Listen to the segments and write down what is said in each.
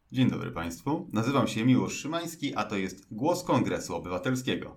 Dzień dobry Państwu, nazywam się Miłosz Szymański, a to jest Głos Kongresu Obywatelskiego.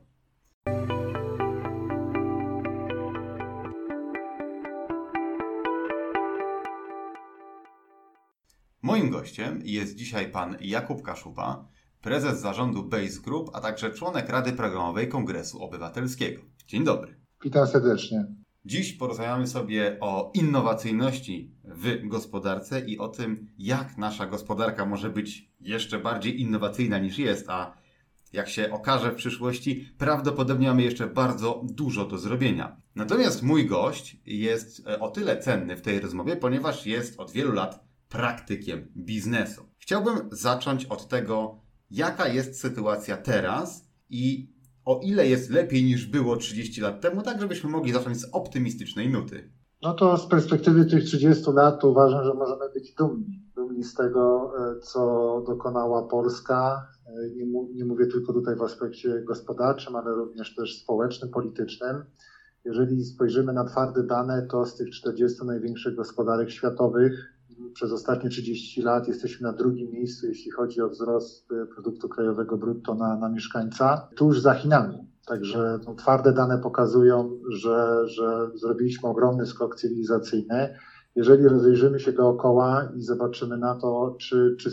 Moim gościem jest dzisiaj pan Jakub Kaszuba, prezes zarządu Base Group, a także członek Rady Programowej Kongresu Obywatelskiego. Dzień dobry. Witam serdecznie. Dziś porozmawiamy sobie o innowacyjności w gospodarce i o tym, jak nasza gospodarka może być jeszcze bardziej innowacyjna niż jest, a jak się okaże w przyszłości, prawdopodobnie mamy jeszcze bardzo dużo do zrobienia. Natomiast mój gość jest o tyle cenny w tej rozmowie, ponieważ jest od wielu lat praktykiem biznesu. Chciałbym zacząć od tego, jaka jest sytuacja teraz i o ile jest lepiej niż było 30 lat temu, tak żebyśmy mogli zacząć z optymistycznej nuty. No to z perspektywy tych 30 lat to uważam, że możemy być dumni z tego, co dokonała Polska. Nie mówię tylko tutaj w aspekcie gospodarczym, ale również też społecznym, politycznym. Jeżeli spojrzymy na twarde dane, to z tych 40 największych gospodarek światowych przez ostatnie 30 lat jesteśmy na drugim miejscu, jeśli chodzi o wzrost produktu krajowego brutto na mieszkańca, tuż za Chinami. Także twarde dane pokazują, że zrobiliśmy ogromny skok cywilizacyjny. Jeżeli rozejrzymy się dookoła i zobaczymy na to, czy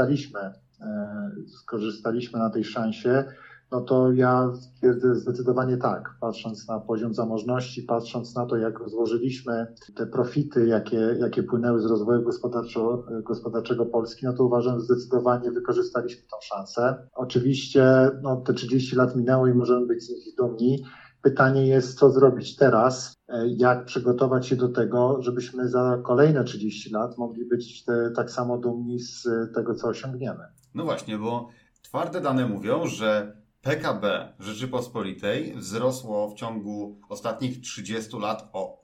skorzystaliśmy na tej szansie, no to ja twierdzę zdecydowanie tak. Patrząc na poziom zamożności, patrząc na to, jak rozłożyliśmy te profity, jakie płynęły z rozwoju gospodarczego Polski, no to uważam, że zdecydowanie wykorzystaliśmy tę szansę. Oczywiście te 30 lat minęło i możemy być z nich dumni. Pytanie jest, co zrobić teraz, jak przygotować się do tego, żebyśmy za kolejne 30 lat mogli być tak samo dumni z tego, co osiągniemy. No właśnie, bo twarde dane mówią, że PKB Rzeczypospolitej wzrosło w ciągu ostatnich 30 lat o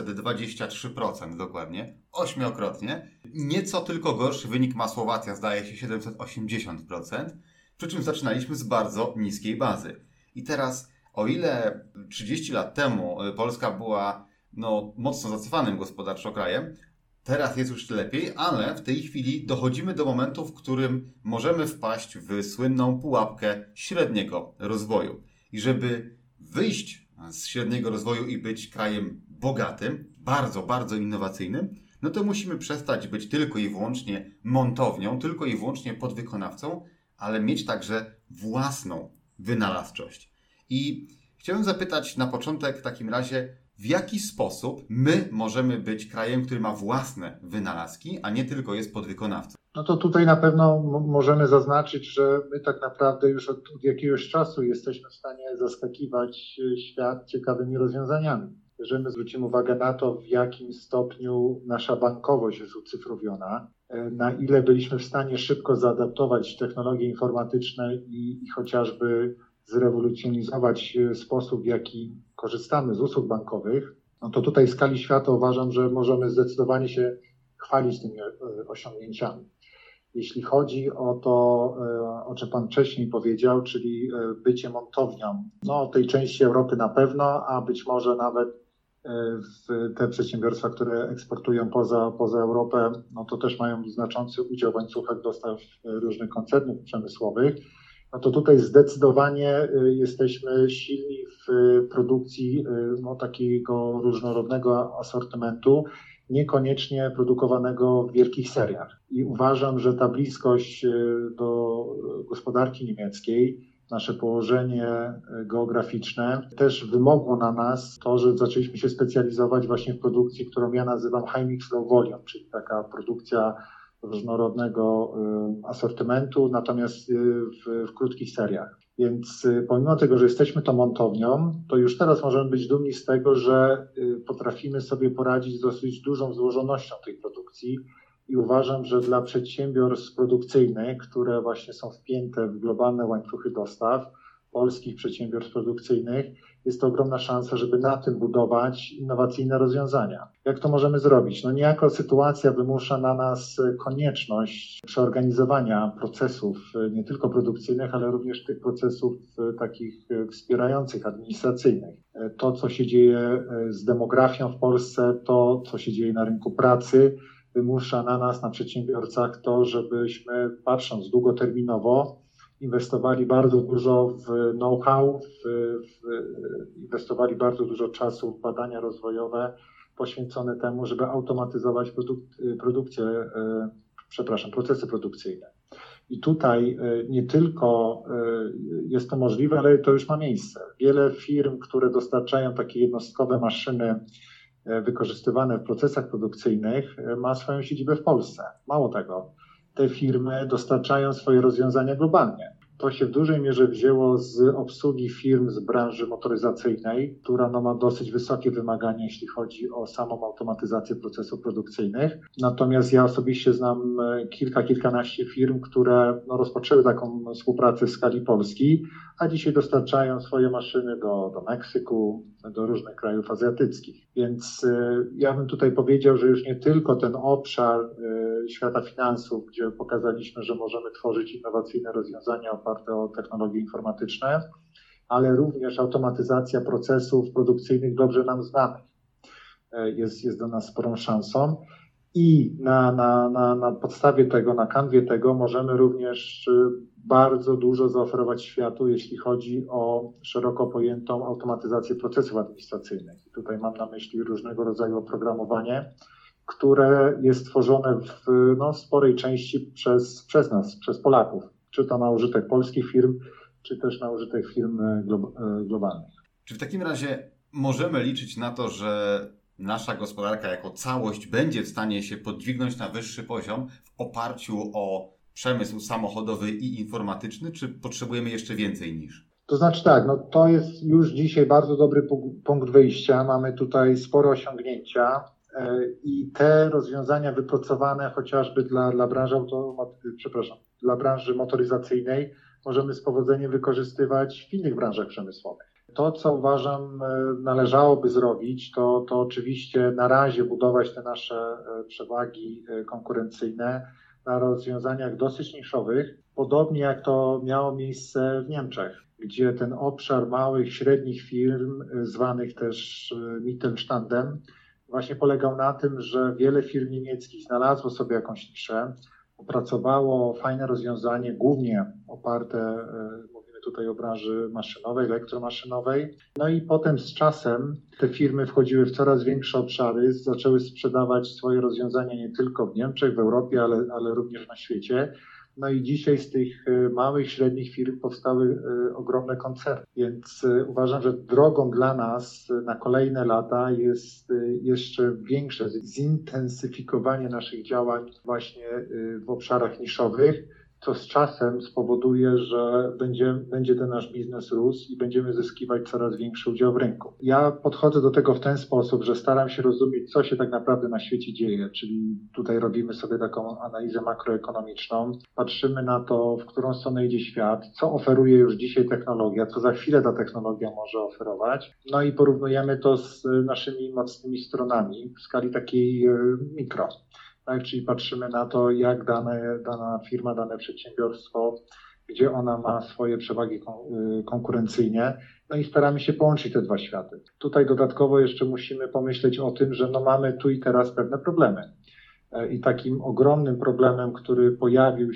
823% dokładnie, 8-krotnie. Nieco tylko gorszy wynik ma Słowacja, zdaje się 780%, przy czym zaczynaliśmy z bardzo niskiej bazy. I teraz, o ile 30 lat temu Polska była mocno zacofanym gospodarczo krajem, teraz jest już lepiej, ale w tej chwili dochodzimy do momentu, w którym możemy wpaść w słynną pułapkę średniego rozwoju. I żeby wyjść z średniego rozwoju i być krajem bogatym, bardzo, bardzo innowacyjnym, no to musimy przestać być tylko i wyłącznie montownią, tylko i wyłącznie podwykonawcą, ale mieć także własną wynalazczość. I chciałem zapytać na początek w takim razie, w jaki sposób my możemy być krajem, który ma własne wynalazki, a nie tylko jest podwykonawcą? No to tutaj na pewno możemy zaznaczyć, że my tak naprawdę już od jakiegoś czasu jesteśmy w stanie zaskakiwać świat ciekawymi rozwiązaniami. Jeżeli my zwrócimy uwagę na to, w jakim stopniu nasza bankowość jest ucyfrowiona, na ile byliśmy w stanie szybko zaadaptować technologie informatyczne i chociażby zrewolucjonizować sposób, w jaki korzystamy z usług bankowych, no to tutaj w skali świata uważam, że możemy zdecydowanie się chwalić tymi osiągnięciami. Jeśli chodzi o to, o czym Pan wcześniej powiedział, czyli bycie montownią, tej części Europy na pewno, a być może nawet w te przedsiębiorstwa, które eksportują poza Europę, to też mają znaczący udział w łańcuchach dostaw różnych koncernów przemysłowych. No to tutaj zdecydowanie jesteśmy silni w produkcji takiego różnorodnego asortymentu, niekoniecznie produkowanego w wielkich seriach. I uważam, że ta bliskość do gospodarki niemieckiej, nasze położenie geograficzne też wymogło na nas to, że zaczęliśmy się specjalizować właśnie w produkcji, którą ja nazywam high mix low volume, czyli taka produkcja różnorodnego asortymentu, natomiast w krótkich seriach. Więc pomimo tego, że jesteśmy tą montownią, to już teraz możemy być dumni z tego, że potrafimy sobie poradzić z dosyć dużą złożonością tej produkcji i uważam, że dla przedsiębiorstw produkcyjnych, które właśnie są wpięte w globalne łańcuchy dostaw, polskich przedsiębiorstw produkcyjnych, jest to ogromna szansa, żeby na tym budować innowacyjne rozwiązania. Jak to możemy zrobić? Niejako sytuacja wymusza na nas konieczność przeorganizowania procesów nie tylko produkcyjnych, ale również tych procesów takich wspierających, administracyjnych. To, co się dzieje z demografią w Polsce, to, co się dzieje na rynku pracy, wymusza na nas, na przedsiębiorcach to, żebyśmy patrząc długoterminowo inwestowali bardzo dużo w know-how, inwestowali bardzo dużo czasu w badania rozwojowe poświęcone temu, żeby automatyzować procesy produkcyjne. I tutaj nie tylko jest to możliwe, ale to już ma miejsce. Wiele firm, które dostarczają takie jednostkowe maszyny wykorzystywane w procesach produkcyjnych, ma swoją siedzibę w Polsce. Mało tego, te firmy dostarczają swoje rozwiązania globalnie. To się w dużej mierze wzięło z obsługi firm z branży motoryzacyjnej, która ma dosyć wysokie wymagania, jeśli chodzi o samą automatyzację procesów produkcyjnych. Natomiast ja osobiście znam kilkanaście firm, które rozpoczęły taką współpracę w skali Polski, a dzisiaj dostarczają swoje maszyny do Meksyku, do różnych krajów azjatyckich. Więc ja bym tutaj powiedział, że już nie tylko ten obszar świata finansów, gdzie pokazaliśmy, że możemy tworzyć innowacyjne rozwiązania oparte o technologie informatyczne, ale również automatyzacja procesów produkcyjnych dobrze nam znanych jest dla nas sporą szansą. I na podstawie tego, na kanwie tego możemy również bardzo dużo zaoferować światu, jeśli chodzi o szeroko pojętą automatyzację procesów administracyjnych. I tutaj mam na myśli różnego rodzaju oprogramowanie, które jest tworzone w sporej części przez nas, przez Polaków, czy to na użytek polskich firm, czy też na użytek firm globalnych. Czy w takim razie możemy liczyć na to, że nasza gospodarka jako całość będzie w stanie się podźwignąć na wyższy poziom w oparciu o przemysł samochodowy i informatyczny, czy potrzebujemy jeszcze więcej niż? To znaczy tak, to jest już dzisiaj bardzo dobry punkt wyjścia. Mamy tutaj spore osiągnięcia i te rozwiązania wypracowane chociażby dla branży motoryzacyjnej możemy z powodzeniem wykorzystywać w innych branżach przemysłowych. To, co uważam należałoby zrobić, to oczywiście na razie budować te nasze przewagi konkurencyjne na rozwiązaniach dosyć niszowych, podobnie jak to miało miejsce w Niemczech, gdzie ten obszar małych, średnich firm, zwanych też Mittelstandem, właśnie polegał na tym, że wiele firm niemieckich znalazło sobie jakąś niszę, opracowało fajne rozwiązanie, głównie oparte, mówimy tutaj o branży maszynowej, elektromaszynowej. No i potem z czasem te firmy wchodziły w coraz większe obszary, zaczęły sprzedawać swoje rozwiązania nie tylko w Niemczech, w Europie, ale również na świecie. No i dzisiaj z tych małych, średnich firm powstały ogromne koncerny. Więc uważam, że drogą dla nas na kolejne lata jest jeszcze większe zintensyfikowanie naszych działań właśnie w obszarach niszowych, co z czasem spowoduje, że będzie ten nasz biznes rósł i będziemy zyskiwać coraz większy udział w rynku. Ja podchodzę do tego w ten sposób, że staram się rozumieć, co się tak naprawdę na świecie dzieje, czyli tutaj robimy sobie taką analizę makroekonomiczną, patrzymy na to, w którą stronę idzie świat, co oferuje już dzisiaj technologia, co za chwilę ta technologia może oferować, no i porównujemy to z naszymi mocnymi stronami w skali takiej mikro. Tak, czyli patrzymy na to, jak dana firma, dane przedsiębiorstwo, gdzie ona ma swoje przewagi konkurencyjne, no i staramy się połączyć te dwa światy. Tutaj dodatkowo jeszcze musimy pomyśleć o tym, że mamy tu i teraz pewne problemy. I takim ogromnym problemem, który pojawił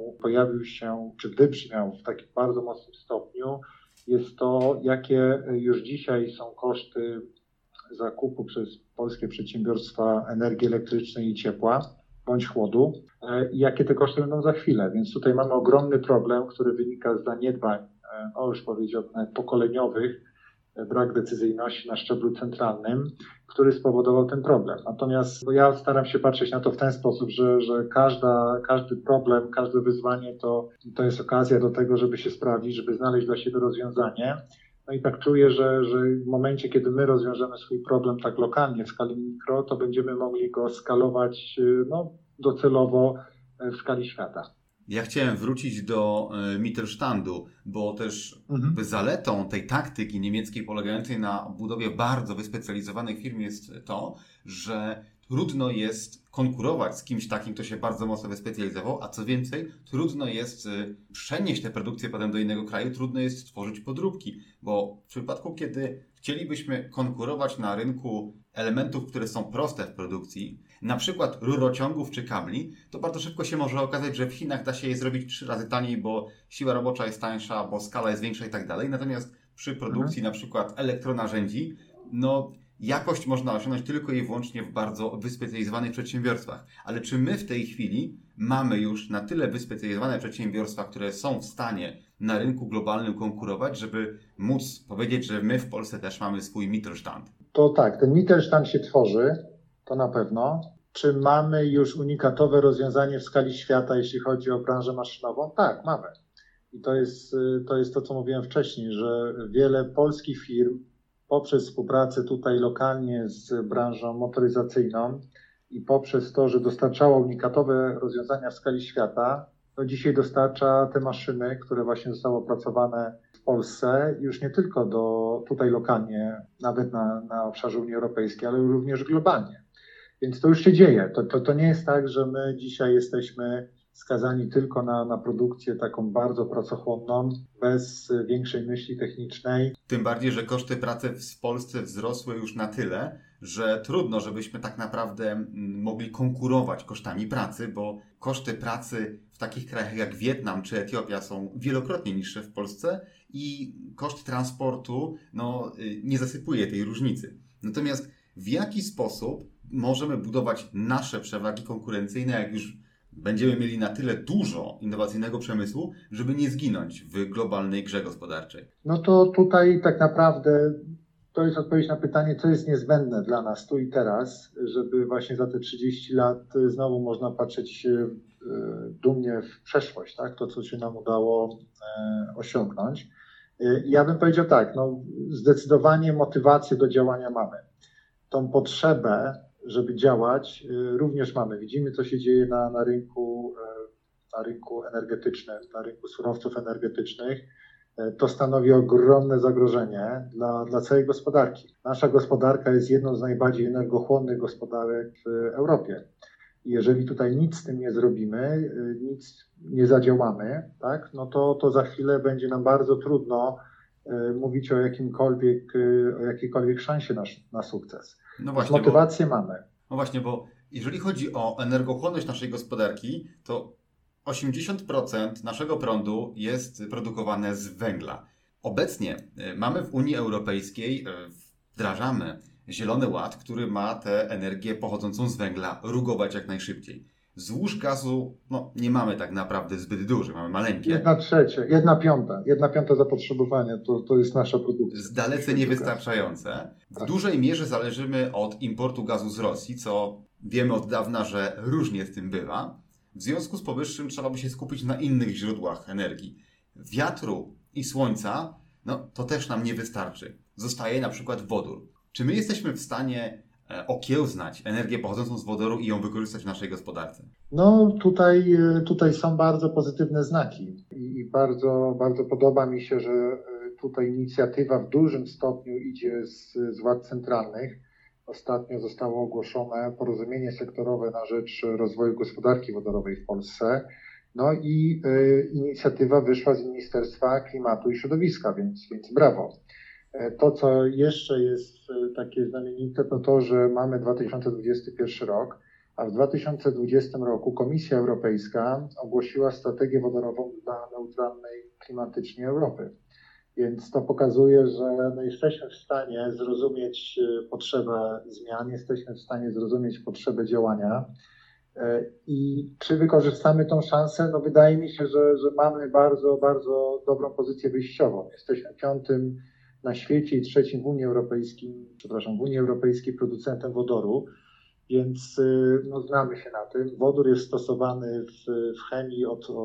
się, czy wybrzmiał w takim bardzo mocnym stopniu, jest to, jakie już dzisiaj są koszty zakupu przez polskie przedsiębiorstwa energii elektrycznej i ciepła bądź chłodu i jakie te koszty będą za chwilę. Więc tutaj mamy ogromny problem, który wynika z zaniedbań, już powiedziałbym, pokoleniowych, brak decyzyjności na szczeblu centralnym, który spowodował ten problem. Natomiast ja staram się patrzeć na to w ten sposób, że każdy problem, każde wyzwanie to jest okazja do tego, żeby się sprawdzić, żeby znaleźć dla siebie rozwiązanie. No i tak czuję, że w momencie, kiedy my rozwiążemy swój problem tak lokalnie w skali mikro, to będziemy mogli go skalować docelowo w skali świata. Ja chciałem wrócić do Mittelstandu, bo też zaletą tej taktyki niemieckiej polegającej na budowie bardzo wyspecjalizowanych firm jest to, że trudno jest konkurować z kimś takim, kto się bardzo mocno wyspecjalizował, a co więcej, trudno jest przenieść tę produkcję potem do innego kraju, trudno jest stworzyć podróbki, bo w przypadku, kiedy chcielibyśmy konkurować na rynku elementów, które są proste w produkcji, na przykład rurociągów czy kabli, to bardzo szybko się może okazać, że w Chinach da się je zrobić 3 razy taniej, bo siła robocza jest tańsza, bo skala jest większa i tak dalej. Natomiast przy produkcji na przykład elektronarzędzi, no jakość można osiągnąć tylko i wyłącznie w bardzo wyspecjalizowanych przedsiębiorstwach. Ale czy my w tej chwili mamy już na tyle wyspecjalizowane przedsiębiorstwa, które są w stanie na rynku globalnym konkurować, żeby móc powiedzieć, że my w Polsce też mamy swój Mittelstand? To tak, ten Mittelstand się tworzy, to na pewno. Czy mamy już unikatowe rozwiązanie w skali świata, jeśli chodzi o branżę maszynową? Tak, mamy. I to jest to, co mówiłem wcześniej, że wiele polskich firm poprzez współpracę tutaj lokalnie z branżą motoryzacyjną i poprzez to, że dostarczała unikatowe rozwiązania w skali świata, to dzisiaj dostarcza te maszyny, które właśnie zostały opracowane w Polsce, już nie tylko tutaj lokalnie, nawet na obszarze Unii Europejskiej, ale również globalnie. Więc to już się dzieje. To nie jest tak, że my dzisiaj jesteśmy skazani tylko na produkcję taką bardzo pracochłonną, bez większej myśli technicznej. Tym bardziej, że koszty pracy w Polsce wzrosły już na tyle, że trudno, żebyśmy tak naprawdę mogli konkurować kosztami pracy, bo koszty pracy w takich krajach jak Wietnam czy Etiopia są wielokrotnie niższe w Polsce i koszt transportu nie zasypuje tej różnicy. Natomiast w jaki sposób możemy budować nasze przewagi konkurencyjne, jak już będziemy mieli na tyle dużo innowacyjnego przemysłu, żeby nie zginąć w globalnej grze gospodarczej? No to tutaj tak naprawdę to jest odpowiedź na pytanie, co jest niezbędne dla nas tu i teraz, żeby właśnie za te 30 lat znowu można patrzeć dumnie w przeszłość, tak? To, co się nam udało osiągnąć. Ja bym powiedział tak, zdecydowanie motywację do działania mamy. Tą potrzebę, żeby działać, również mamy. Widzimy, co się dzieje na rynku energetycznym, na rynku surowców energetycznych. To stanowi ogromne zagrożenie dla całej gospodarki. Nasza gospodarka jest jedną z najbardziej energochłonnych gospodarek w Europie. I jeżeli tutaj nic z tym nie zrobimy, nic nie zadziałamy, tak, to za chwilę będzie nam bardzo trudno mówić o jakiejkolwiek szansie na sukces. No właśnie, motywację mamy. No właśnie, bo jeżeli chodzi o energochłonność naszej gospodarki, to 80% naszego prądu jest produkowane z węgla. Obecnie mamy w Unii Europejskiej, wdrażamy Zielony Ład, który ma tę energię pochodzącą z węgla rugować jak najszybciej. Złóż gazu nie mamy tak naprawdę zbyt duży, mamy maleńkie. 1/3, 1/5 zapotrzebowania to jest nasza produkcja. Dalece niewystarczające. W dużej mierze zależymy od importu gazu z Rosji, co wiemy od dawna, że różnie z tym bywa. W związku z powyższym trzeba by się skupić na innych źródłach energii. Wiatru i słońca, to też nam nie wystarczy. Zostaje na przykład wodór. Czy my jesteśmy w stanie okiełznać energię pochodzącą z wodoru i ją wykorzystać w naszej gospodarce? Tutaj są bardzo pozytywne znaki i bardzo, bardzo podoba mi się, że tutaj inicjatywa w dużym stopniu idzie z władz centralnych. Ostatnio zostało ogłoszone porozumienie sektorowe na rzecz rozwoju gospodarki wodorowej w Polsce. I inicjatywa wyszła z Ministerstwa Klimatu i Środowiska, więc brawo. To, co jeszcze jest takie znamienite, to, że mamy 2021 rok, a w 2020 roku Komisja Europejska ogłosiła strategię wodorową dla neutralnej klimatycznie Europy. Więc to pokazuje, że jesteśmy w stanie zrozumieć potrzebę zmian, jesteśmy w stanie zrozumieć potrzebę działania. I czy wykorzystamy tą szansę? Wydaje mi się, że mamy bardzo, bardzo dobrą pozycję wyjściową. Jesteśmy 5. na świecie i 3. w Unii Europejskiej producentem wodoru, więc znamy się na tym. Wodór jest stosowany w chemii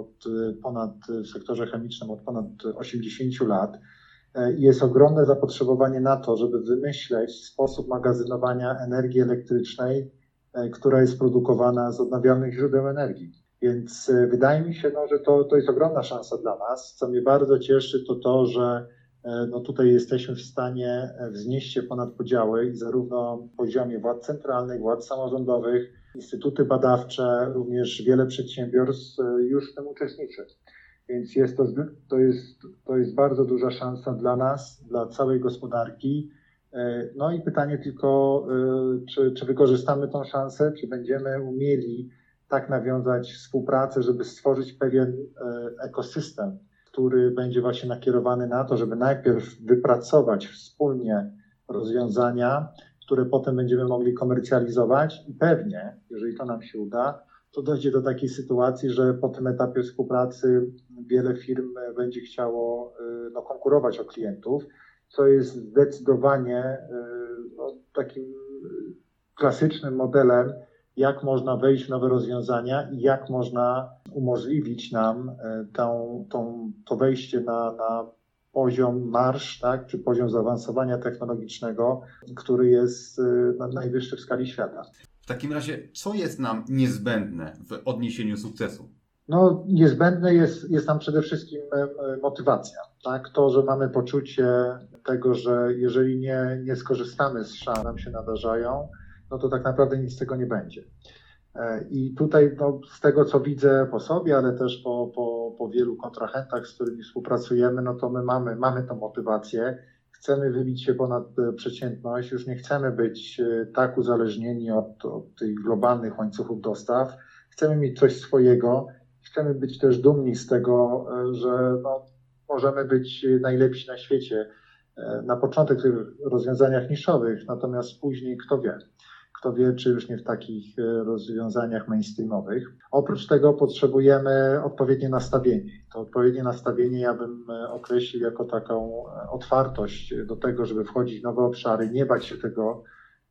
w sektorze chemicznym od ponad 80 lat. Jest ogromne zapotrzebowanie na to, żeby wymyśleć sposób magazynowania energii elektrycznej, która jest produkowana z odnawialnych źródeł energii. Więc wydaje mi się, że to jest ogromna szansa dla nas. Co mnie bardzo cieszy, to, że tutaj jesteśmy w stanie wznieść się ponad podziały i zarówno w poziomie władz centralnych, władz samorządowych, instytuty badawcze, również wiele przedsiębiorstw już w tym uczestniczy. Więc to jest bardzo duża szansa dla nas, dla całej gospodarki No i pytanie tylko, czy wykorzystamy tą szansę, czy będziemy umieli tak nawiązać współpracę, żeby stworzyć pewien ekosystem, który będzie właśnie nakierowany na to, żeby najpierw wypracować wspólnie rozwiązania, które potem będziemy mogli komercjalizować i pewnie, jeżeli to nam się uda, to dojdzie do takiej sytuacji, że po tym etapie współpracy wiele firm będzie chciało konkurować o klientów, co jest zdecydowanie takim klasycznym modelem, jak można wejść w nowe rozwiązania i jak można umożliwić nam to wejście na poziom marsz, tak, czy poziom zaawansowania technologicznego, który jest najwyższy w skali świata. W takim razie, co jest nam niezbędne w odniesieniu sukcesu? No, niezbędne jest nam przede wszystkim motywacja. Tak? To, że mamy poczucie tego, że jeżeli nie skorzystamy z szans, nam się nadarzają, no to tak naprawdę nic z tego nie będzie. I tutaj z tego, co widzę po sobie, ale też po wielu kontrahentach, z którymi współpracujemy, no to my mamy tą motywację. Chcemy wybić się ponad przeciętność, już nie chcemy być tak uzależnieni od tych globalnych łańcuchów dostaw. Chcemy mieć coś swojego. Chcemy być też dumni z tego, że możemy być najlepsi na świecie. Na początek w tych rozwiązaniach niszowych, natomiast później kto wie, czy już nie w takich rozwiązaniach mainstreamowych. Oprócz tego potrzebujemy odpowiednie nastawienie. To odpowiednie nastawienie ja bym określił jako taką otwartość do tego, żeby wchodzić w nowe obszary, nie bać się tego,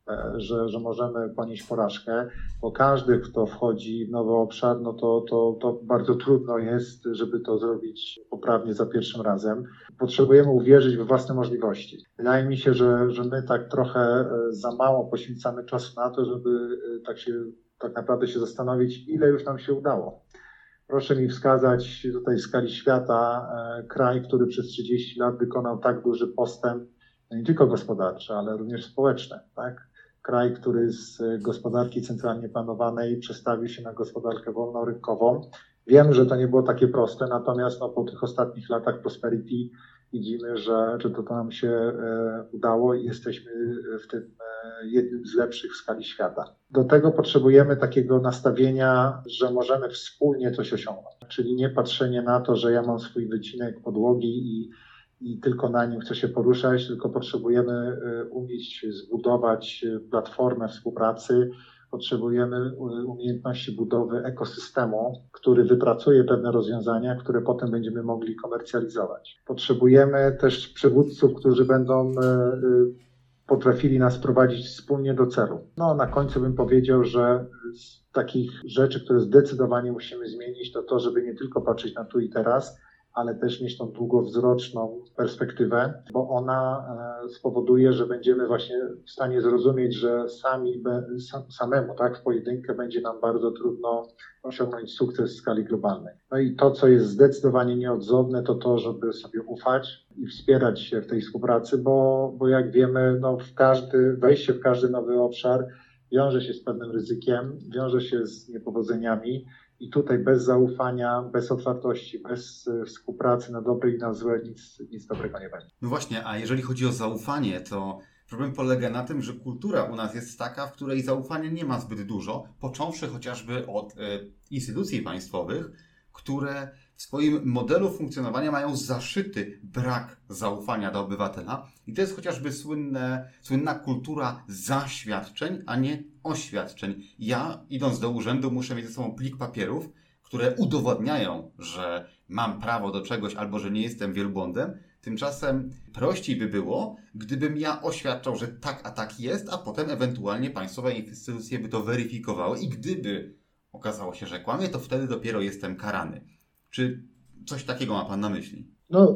że możemy ponieść porażkę, bo każdy, kto wchodzi w nowy obszar, no to bardzo trudno jest, żeby to zrobić poprawnie za pierwszym razem. Potrzebujemy uwierzyć we własne możliwości. Wydaje mi się, że my tak trochę za mało poświęcamy czasu na to, żeby tak naprawdę się zastanowić, ile już nam się udało. Proszę mi wskazać tutaj w skali świata kraj, który przez 30 lat wykonał tak duży postęp, nie tylko gospodarczy, ale również społeczny, tak? Kraj, który z gospodarki centralnie planowanej przestawił się na gospodarkę wolnorynkową. Wiem, że to nie było takie proste, natomiast po tych ostatnich latach prosperity widzimy, że to nam się udało i jesteśmy w tym jednym z lepszych w skali świata. Do tego potrzebujemy takiego nastawienia, że możemy wspólnie coś osiągnąć, czyli nie patrzenie na to, że ja mam swój wycinek podłogi i tylko na nim chcę się poruszać, tylko potrzebujemy umieć zbudować platformę współpracy, potrzebujemy umiejętności budowy ekosystemu, który wypracuje pewne rozwiązania, które potem będziemy mogli komercjalizować. Potrzebujemy też przywódców, którzy będą potrafili nas prowadzić wspólnie do celu. Na końcu bym powiedział, że z takich rzeczy, które zdecydowanie musimy zmienić, to, żeby nie tylko patrzeć na tu i teraz, ale też mieć tą długowzroczną perspektywę, bo ona spowoduje, że będziemy właśnie w stanie zrozumieć, że samemu, tak, w pojedynkę będzie nam bardzo trudno osiągnąć sukces w skali globalnej. No i to, co jest zdecydowanie nieodzowne, to żeby sobie ufać i wspierać się w tej współpracy, bo jak wiemy, wejście w każdy nowy obszar wiąże się z pewnym ryzykiem, wiąże się z niepowodzeniami. I tutaj bez zaufania, bez otwartości, bez współpracy na dobre i na złe nic dobrego nie będzie. No właśnie, a jeżeli chodzi o zaufanie, to problem polega na tym, że kultura u nas jest taka, w której zaufania nie ma zbyt dużo, począwszy chociażby od instytucji państwowych, które w swoim modelu funkcjonowania mają zaszyty brak zaufania do obywatela. I to jest chociażby słynna kultura zaświadczeń, a nie oświadczeń. Ja, idąc do urzędu, muszę mieć ze sobą plik papierów, które udowadniają, że mam prawo do czegoś albo że nie jestem wielbłądem. Tymczasem prościej by było, gdybym ja oświadczał, że tak, a tak jest, a potem ewentualnie państwowe instytucje by to weryfikowały i gdyby okazało się, że kłamie, to wtedy dopiero jestem karany. Czy coś takiego ma Pan na myśli?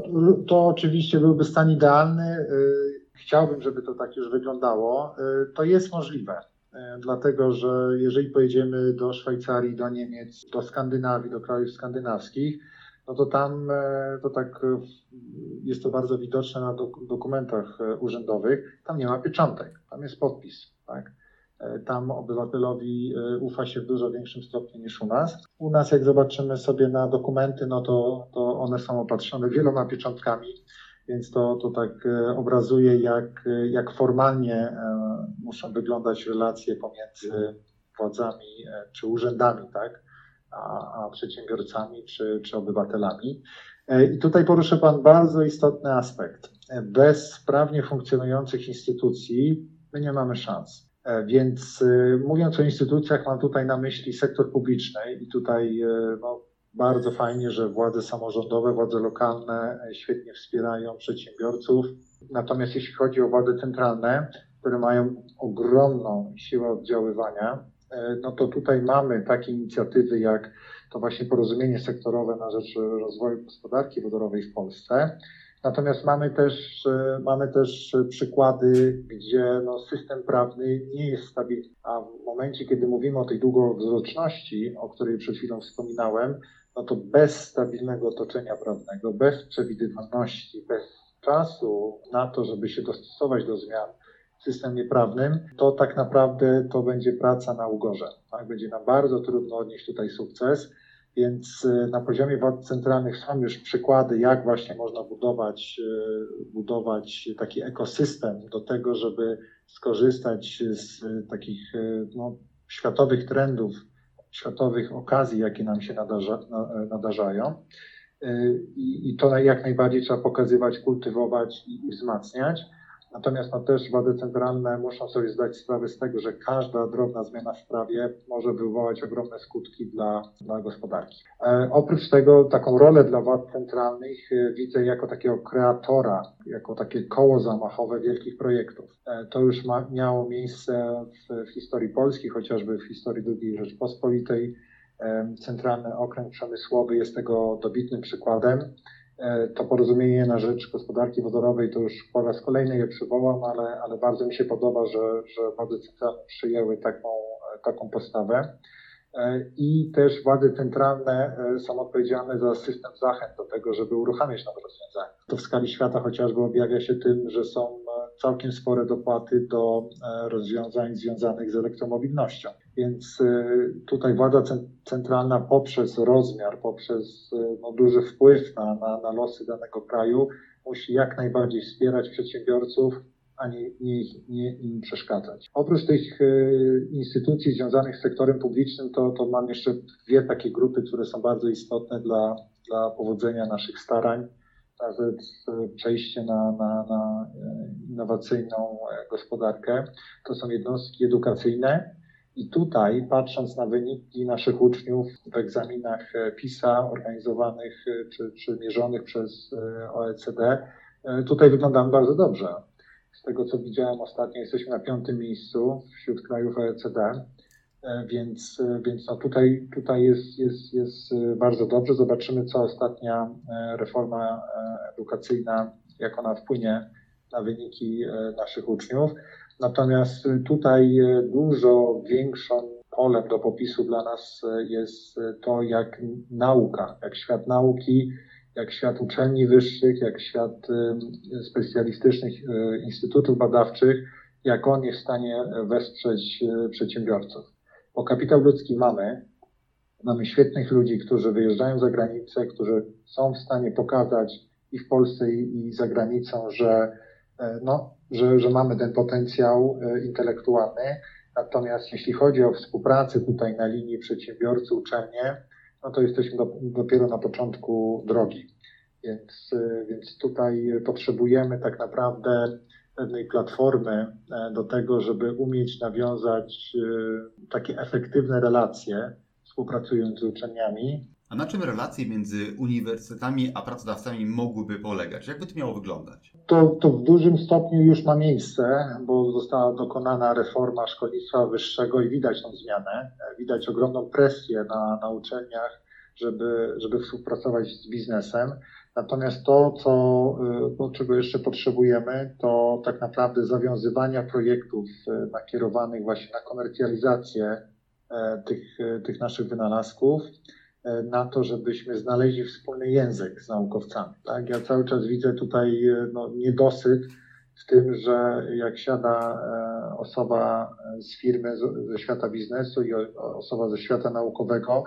To oczywiście byłby stan idealny. Chciałbym, żeby to tak już wyglądało. To jest możliwe, dlatego że jeżeli pojedziemy do Szwajcarii, do Niemiec, do Skandynawii, do krajów skandynawskich, to tam to tak jest to bardzo widoczne na dokumentach urzędowych. Tam nie ma pieczątek, tam jest podpis, tak? Tam obywatelowi ufa się w dużo większym stopniu niż u nas. U nas, jak zobaczymy sobie na dokumenty, to one są opatrzone wieloma pieczątkami Więc to tak obrazuje, jak formalnie muszą wyglądać relacje pomiędzy władzami czy urzędami, tak, a przedsiębiorcami czy obywatelami. I tutaj porusza Pan bardzo istotny aspekt. Bez sprawnie funkcjonujących instytucji my nie mamy szans. Więc mówiąc o instytucjach, mam tutaj na myśli sektor publiczny i tutaj bardzo fajnie, że władze samorządowe, władze lokalne świetnie wspierają przedsiębiorców. Natomiast jeśli chodzi o władze centralne, które mają ogromną siłę oddziaływania, no to tutaj mamy takie inicjatywy jak to właśnie porozumienie sektorowe na rzecz rozwoju gospodarki wodorowej w Polsce. Natomiast mamy też przykłady, gdzie system prawny nie jest stabilny. A w momencie, kiedy mówimy o tej długowzroczności, o której przed chwilą wspominałem, no to bez stabilnego otoczenia prawnego, bez przewidywalności, bez czasu na to, żeby się dostosować do zmian w systemie prawnym, to tak naprawdę to będzie praca na ugorze. Tak? Będzie nam bardzo trudno odnieść tutaj sukces. Więc na poziomie władz centralnych są już przykłady, jak właśnie można budować taki ekosystem do tego, żeby skorzystać z takich światowych trendów, światowych okazji, jakie nam się nadarzają. I to jak najbardziej trzeba pokazywać, kultywować i wzmacniać. Natomiast też władze centralne muszą sobie zdać sprawę z tego, że każda drobna zmiana w prawie może wywołać ogromne skutki dla gospodarki. Oprócz tego taką rolę dla władz centralnych widzę jako takiego kreatora, jako takie koło zamachowe wielkich projektów. To już miało miejsce w historii Polski, chociażby w historii II Rzeczpospolitej. Centralny Okręg Przemysłowy jest tego dobitnym przykładem. To porozumienie na rzecz gospodarki wodorowej, to już po raz kolejny je przywołam, ale bardzo mi się podoba, że władze centralne przyjęły taką postawę. I też władze centralne są odpowiedzialne za system zachęt do tego, żeby uruchamiać nowe rozwiązania. To w skali świata chociażby objawia się tym, że są całkiem spore dopłaty do rozwiązań związanych z elektromobilnością. Więc tutaj władza centralna poprzez rozmiar, poprzez duży wpływ na losy danego kraju musi jak najbardziej wspierać przedsiębiorców, a nie im przeszkadzać. Oprócz tych instytucji związanych z sektorem publicznym, to mam jeszcze dwie takie grupy, które są bardzo istotne dla powodzenia naszych starań na rzecz przejścia na innowacyjną gospodarkę. To są jednostki edukacyjne. I tutaj, patrząc na wyniki naszych uczniów w egzaminach PISA organizowanych czy mierzonych przez OECD, tutaj wyglądamy bardzo dobrze. Z tego, co widziałem ostatnio, jesteśmy na 5. miejscu wśród krajów OECD, więc tutaj jest bardzo dobrze. Zobaczymy, co ostatnia reforma edukacyjna, jak ona wpłynie na wyniki naszych uczniów. Natomiast tutaj dużo większą polem do popisu dla nas jest to, jak nauka, jak świat nauki, jak świat uczelni wyższych, jak świat specjalistycznych instytutów badawczych, jak on jest w stanie wesprzeć przedsiębiorców. Bo kapitał ludzki mamy świetnych ludzi, którzy wyjeżdżają za granicę, którzy są w stanie pokazać i w Polsce, i za granicą, że mamy ten potencjał intelektualny. Natomiast jeśli chodzi o współpracę tutaj na linii przedsiębiorcy-uczelnie, to jesteśmy dopiero na początku drogi. Więc tutaj potrzebujemy tak naprawdę pewnej platformy do tego, żeby umieć nawiązać takie efektywne relacje, współpracując z uczelniami. A na czym relacje między uniwersytetami a pracodawcami mogłyby polegać? Jak by to miało wyglądać? To w dużym stopniu już ma miejsce, bo została dokonana reforma szkolnictwa wyższego i widać tą zmianę. Widać ogromną presję na uczelniach, żeby współpracować z biznesem. Natomiast czego jeszcze potrzebujemy, to tak naprawdę zawiązywania projektów nakierowanych właśnie na komercjalizację tych naszych wynalazków, na to, żebyśmy znaleźli wspólny język z naukowcami. Tak? Ja cały czas widzę tutaj niedosyt w tym, że jak siada osoba z firmy, ze świata biznesu i osoba ze świata naukowego,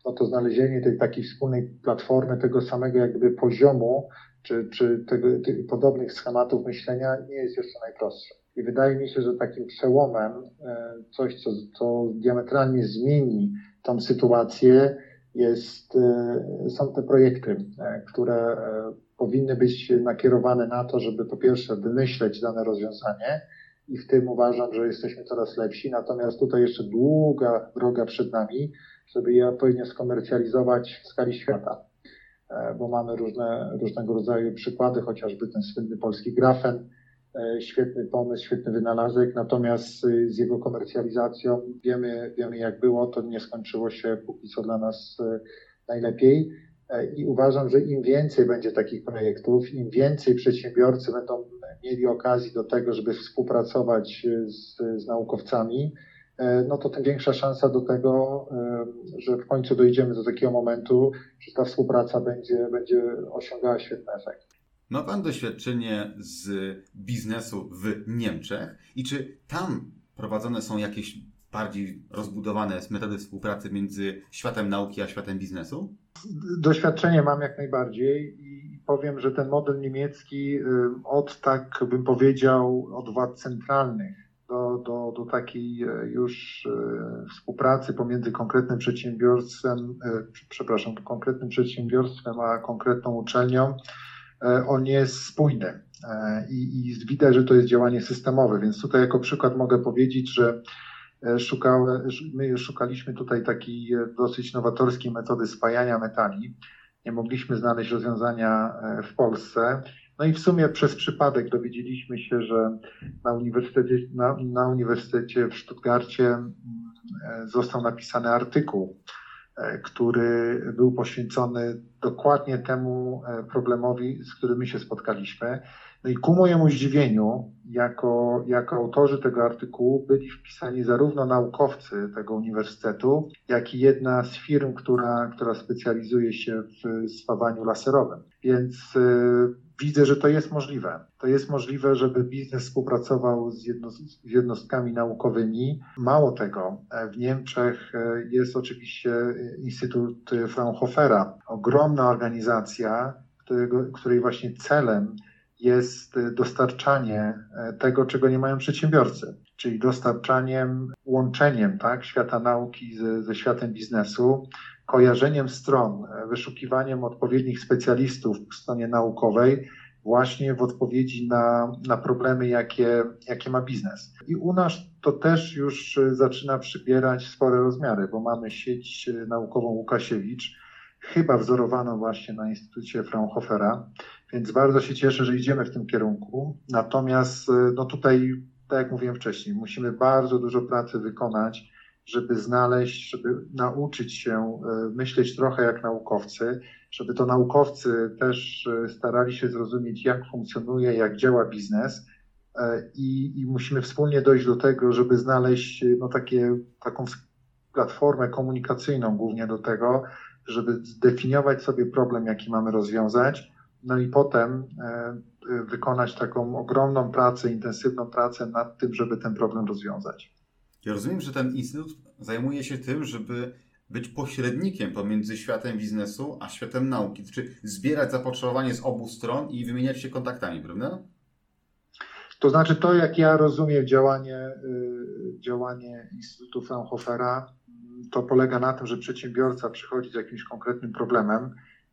no to znalezienie tej takiej wspólnej platformy, tego samego jakby poziomu, czy tych podobnych schematów myślenia nie jest jeszcze najprostsze. I wydaje mi się, że takim przełomem, coś, co diametralnie zmieni tą sytuację, są te projekty, które powinny być nakierowane na to, żeby po pierwsze wymyśleć dane rozwiązanie i w tym uważam, że jesteśmy coraz lepsi, natomiast tutaj jeszcze długa droga przed nami, żeby je odpowiednio skomercjalizować w skali świata, bo mamy różnego rodzaju przykłady, chociażby ten słynny polski grafen, świetny pomysł, świetny wynalazek, natomiast z jego komercjalizacją wiemy jak było, to nie skończyło się póki co dla nas najlepiej i uważam, że im więcej będzie takich projektów, im więcej przedsiębiorcy będą mieli okazji do tego, żeby współpracować z naukowcami, no to tym większa szansa do tego, że w końcu dojdziemy do takiego momentu, że ta współpraca będzie osiągała świetny efekt. Ma Pan doświadczenie z biznesu w Niemczech i czy tam prowadzone są jakieś bardziej rozbudowane metody współpracy między światem nauki a światem biznesu? Doświadczenie mam jak najbardziej i powiem, że ten model niemiecki od, tak bym powiedział, od władz centralnych do takiej już współpracy pomiędzy konkretnym przedsiębiorstwem a konkretną uczelnią, on jest spójny i widać, że to jest działanie systemowe, więc tutaj jako przykład mogę powiedzieć, że my szukaliśmy tutaj takiej dosyć nowatorskiej metody spajania metali. Nie mogliśmy znaleźć rozwiązania w Polsce. No i w sumie przez przypadek dowiedzieliśmy się, że na Uniwersytecie w Stuttgarcie został napisany artykuł, który był poświęcony dokładnie temu problemowi, z którym my się spotkaliśmy. No i ku mojemu zdziwieniu, jako autorzy tego artykułu byli wpisani zarówno naukowcy tego uniwersytetu, jak i jedna z firm, która specjalizuje się w spawaniu laserowym. Więc widzę, że to jest możliwe. To jest możliwe, żeby biznes współpracował z jednostkami naukowymi. Mało tego, w Niemczech jest oczywiście Instytut Fraunhofera, ogromna organizacja, której właśnie celem jest dostarczanie tego, czego nie mają przedsiębiorcy, czyli łączeniem świata nauki ze światem biznesu, kojarzeniem stron, wyszukiwaniem odpowiednich specjalistów po stronie naukowej właśnie w odpowiedzi na problemy, jakie ma biznes. I u nas to też już zaczyna przybierać spore rozmiary, bo mamy sieć naukową Łukasiewicz, chyba wzorowaną właśnie na Instytucie Fraunhofera, więc bardzo się cieszę, że idziemy w tym kierunku. Natomiast no tutaj, tak jak mówiłem wcześniej, musimy bardzo dużo pracy wykonać, żeby nauczyć się myśleć trochę jak naukowcy, żeby to naukowcy też starali się zrozumieć, jak funkcjonuje, jak działa biznes i musimy wspólnie dojść do tego, żeby znaleźć taką platformę komunikacyjną głównie do tego, żeby zdefiniować sobie problem, jaki mamy rozwiązać, no i potem wykonać taką ogromną pracę, intensywną pracę nad tym, żeby ten problem rozwiązać. Ja rozumiem, że ten instytut zajmuje się tym, żeby być pośrednikiem pomiędzy światem biznesu a światem nauki, czy zbierać zapotrzebowanie z obu stron i wymieniać się kontaktami, prawda? To znaczy to, jak ja rozumiem działanie Instytutu Fraunhofera, to polega na tym, że przedsiębiorca przychodzi z jakimś konkretnym problemem,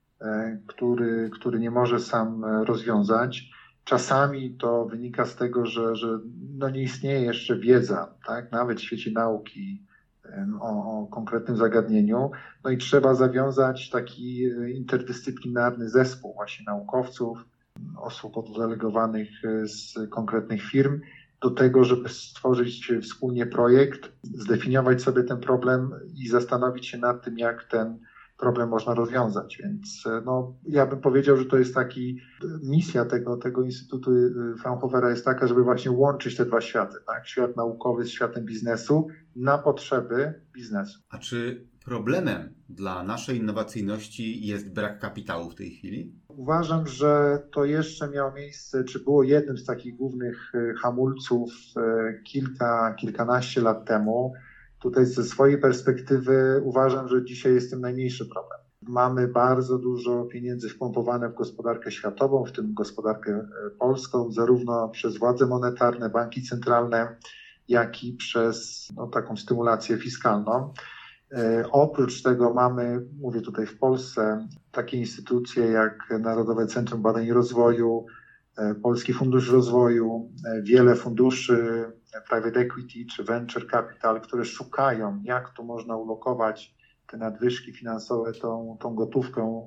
który nie może sam rozwiązać. Czasami to wynika z tego, że nie istnieje jeszcze wiedza, tak, nawet w świecie nauki o konkretnym zagadnieniu. No i trzeba zawiązać taki interdyscyplinarny zespół właśnie naukowców, osób oddelegowanych z konkretnych firm do tego, żeby stworzyć wspólnie projekt, zdefiniować sobie ten problem i zastanowić się nad tym, jak ten problem można rozwiązać. Więc ja bym powiedział, że to jest misja tego Instytutu Fraunhofera jest taka, żeby właśnie łączyć te dwa światy, tak? Świat naukowy z światem biznesu na potrzeby biznesu. A czy problemem dla naszej innowacyjności jest brak kapitału w tej chwili? Uważam, że to jeszcze miało miejsce, czy było jednym z takich głównych hamulców kilkanaście lat temu. Tutaj ze swojej perspektywy uważam, że dzisiaj jest tym najmniejszy problem. Mamy bardzo dużo pieniędzy wpompowane w gospodarkę światową, w tym gospodarkę polską, zarówno przez władze monetarne, banki centralne, jak i przez taką stymulację fiskalną. Oprócz tego mamy, mówię tutaj w Polsce, takie instytucje jak Narodowe Centrum Badań i Rozwoju, Polski Fundusz Rozwoju, wiele funduszy private equity czy venture capital, które szukają, jak tu można ulokować te nadwyżki finansowe, tą gotówkę,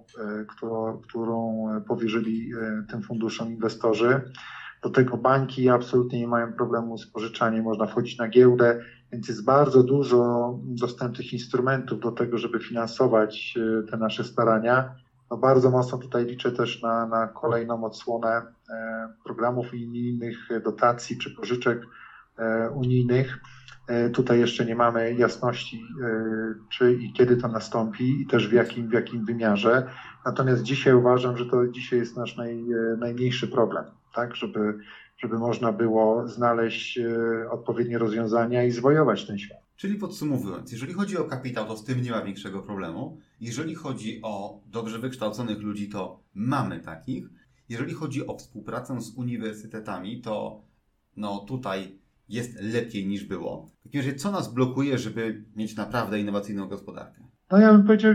którą powierzyli tym funduszom inwestorzy. Do tego banki absolutnie nie mają problemu z pożyczaniem, można wchodzić na giełdę, więc jest bardzo dużo dostępnych instrumentów do tego, żeby finansować te nasze starania. No bardzo mocno tutaj liczę też na kolejną odsłonę programów unijnych, dotacji czy pożyczek unijnych. Tutaj jeszcze nie mamy jasności, czy i kiedy to nastąpi i też w jakim wymiarze. Natomiast dzisiaj uważam, że to dzisiaj jest nasz najmniejszy problem, tak, żeby można było znaleźć odpowiednie rozwiązania i zwojować ten świat. Czyli podsumowując, jeżeli chodzi o kapitał, to z tym nie ma większego problemu. Jeżeli chodzi o dobrze wykształconych ludzi, to mamy takich. Jeżeli chodzi o współpracę z uniwersytetami, to tutaj jest lepiej niż było. W takim razie, co nas blokuje, żeby mieć naprawdę innowacyjną gospodarkę? No ja bym powiedział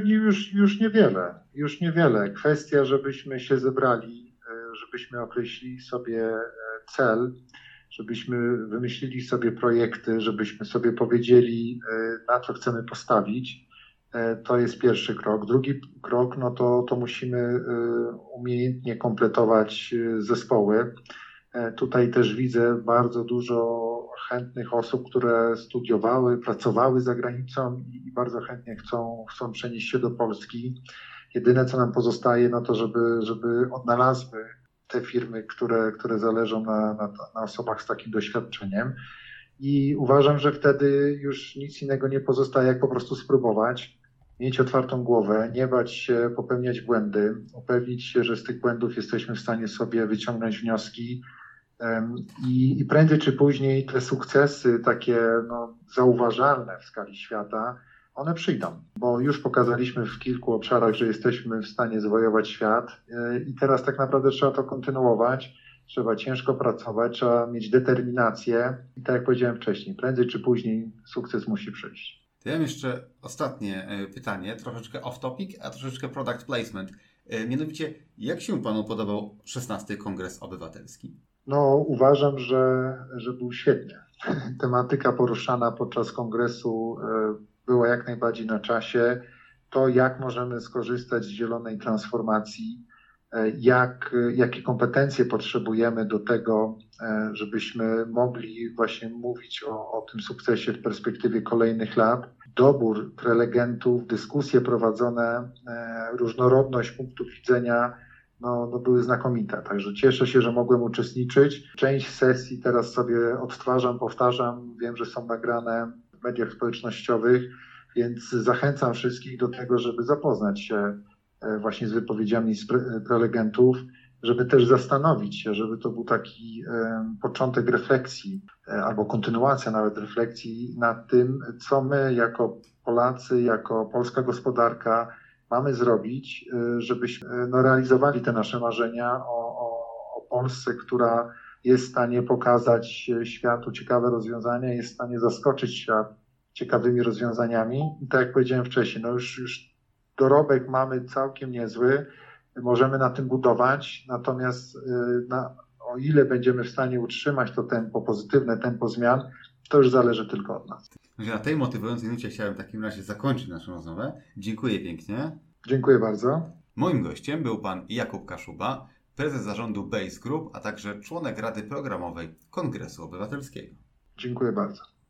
już niewiele. Kwestia, żebyśmy się zebrali, żebyśmy określili sobie cel, żebyśmy wymyślili sobie projekty, żebyśmy sobie powiedzieli, na co chcemy postawić. To jest pierwszy krok. Drugi krok, to musimy umiejętnie kompletować zespoły. Tutaj też widzę bardzo dużo chętnych osób, które studiowały, pracowały za granicą i bardzo chętnie chcą przenieść się do Polski. Jedyne, co nam pozostaje, to żeby odnalazły te firmy, które zależą na osobach z takim doświadczeniem. I uważam, że wtedy już nic innego nie pozostaje, jak po prostu spróbować, mieć otwartą głowę, nie bać się popełniać błędy, upewnić się, że z tych błędów jesteśmy w stanie sobie wyciągnąć wnioski i prędzej czy później te sukcesy takie zauważalne w skali świata, one przyjdą, bo już pokazaliśmy w kilku obszarach, że jesteśmy w stanie zwojować świat i teraz tak naprawdę trzeba to kontynuować, trzeba ciężko pracować, trzeba mieć determinację i tak jak powiedziałem wcześniej, prędzej czy później sukces musi przyjść. To ja mam jeszcze ostatnie pytanie, troszeczkę off topic, a troszeczkę product placement. Mianowicie, jak się Panu podobał 16. Kongres Obywatelski? Uważam, że był świetnie. Tematyka poruszana podczas kongresu była jak najbardziej na czasie. To, jak możemy skorzystać z zielonej transformacji, jakie kompetencje potrzebujemy do tego, żebyśmy mogli właśnie mówić o tym sukcesie w perspektywie kolejnych lat. Dobór prelegentów, dyskusje prowadzone, różnorodność punktów widzenia były znakomite. Także cieszę się, że mogłem uczestniczyć. Część sesji teraz sobie odtwarzam, powtarzam. Wiem, że są nagrane w mediach społecznościowych, więc zachęcam wszystkich do tego, żeby zapoznać się właśnie z wypowiedziami prelegentów, żeby też zastanowić się, żeby to był taki początek refleksji albo kontynuacja nawet refleksji nad tym, co my jako Polacy, jako polska gospodarka mamy zrobić, żebyśmy realizowali te nasze marzenia o Polsce, która jest w stanie pokazać światu ciekawe rozwiązania, jest w stanie zaskoczyć świat ciekawymi rozwiązaniami. I tak jak powiedziałem wcześniej, już dorobek mamy całkiem niezły, możemy na tym budować, natomiast o ile będziemy w stanie utrzymać to tempo, pozytywne tempo zmian, to już zależy tylko od nas. Na tej motywującej nucie chciałem w takim razie zakończyć naszą rozmowę. Dziękuję pięknie. Dziękuję bardzo. Moim gościem był pan Jakub Kaszuba, prezes zarządu Base Group, a także członek Rady Programowej Kongresu Obywatelskiego. Dziękuję bardzo.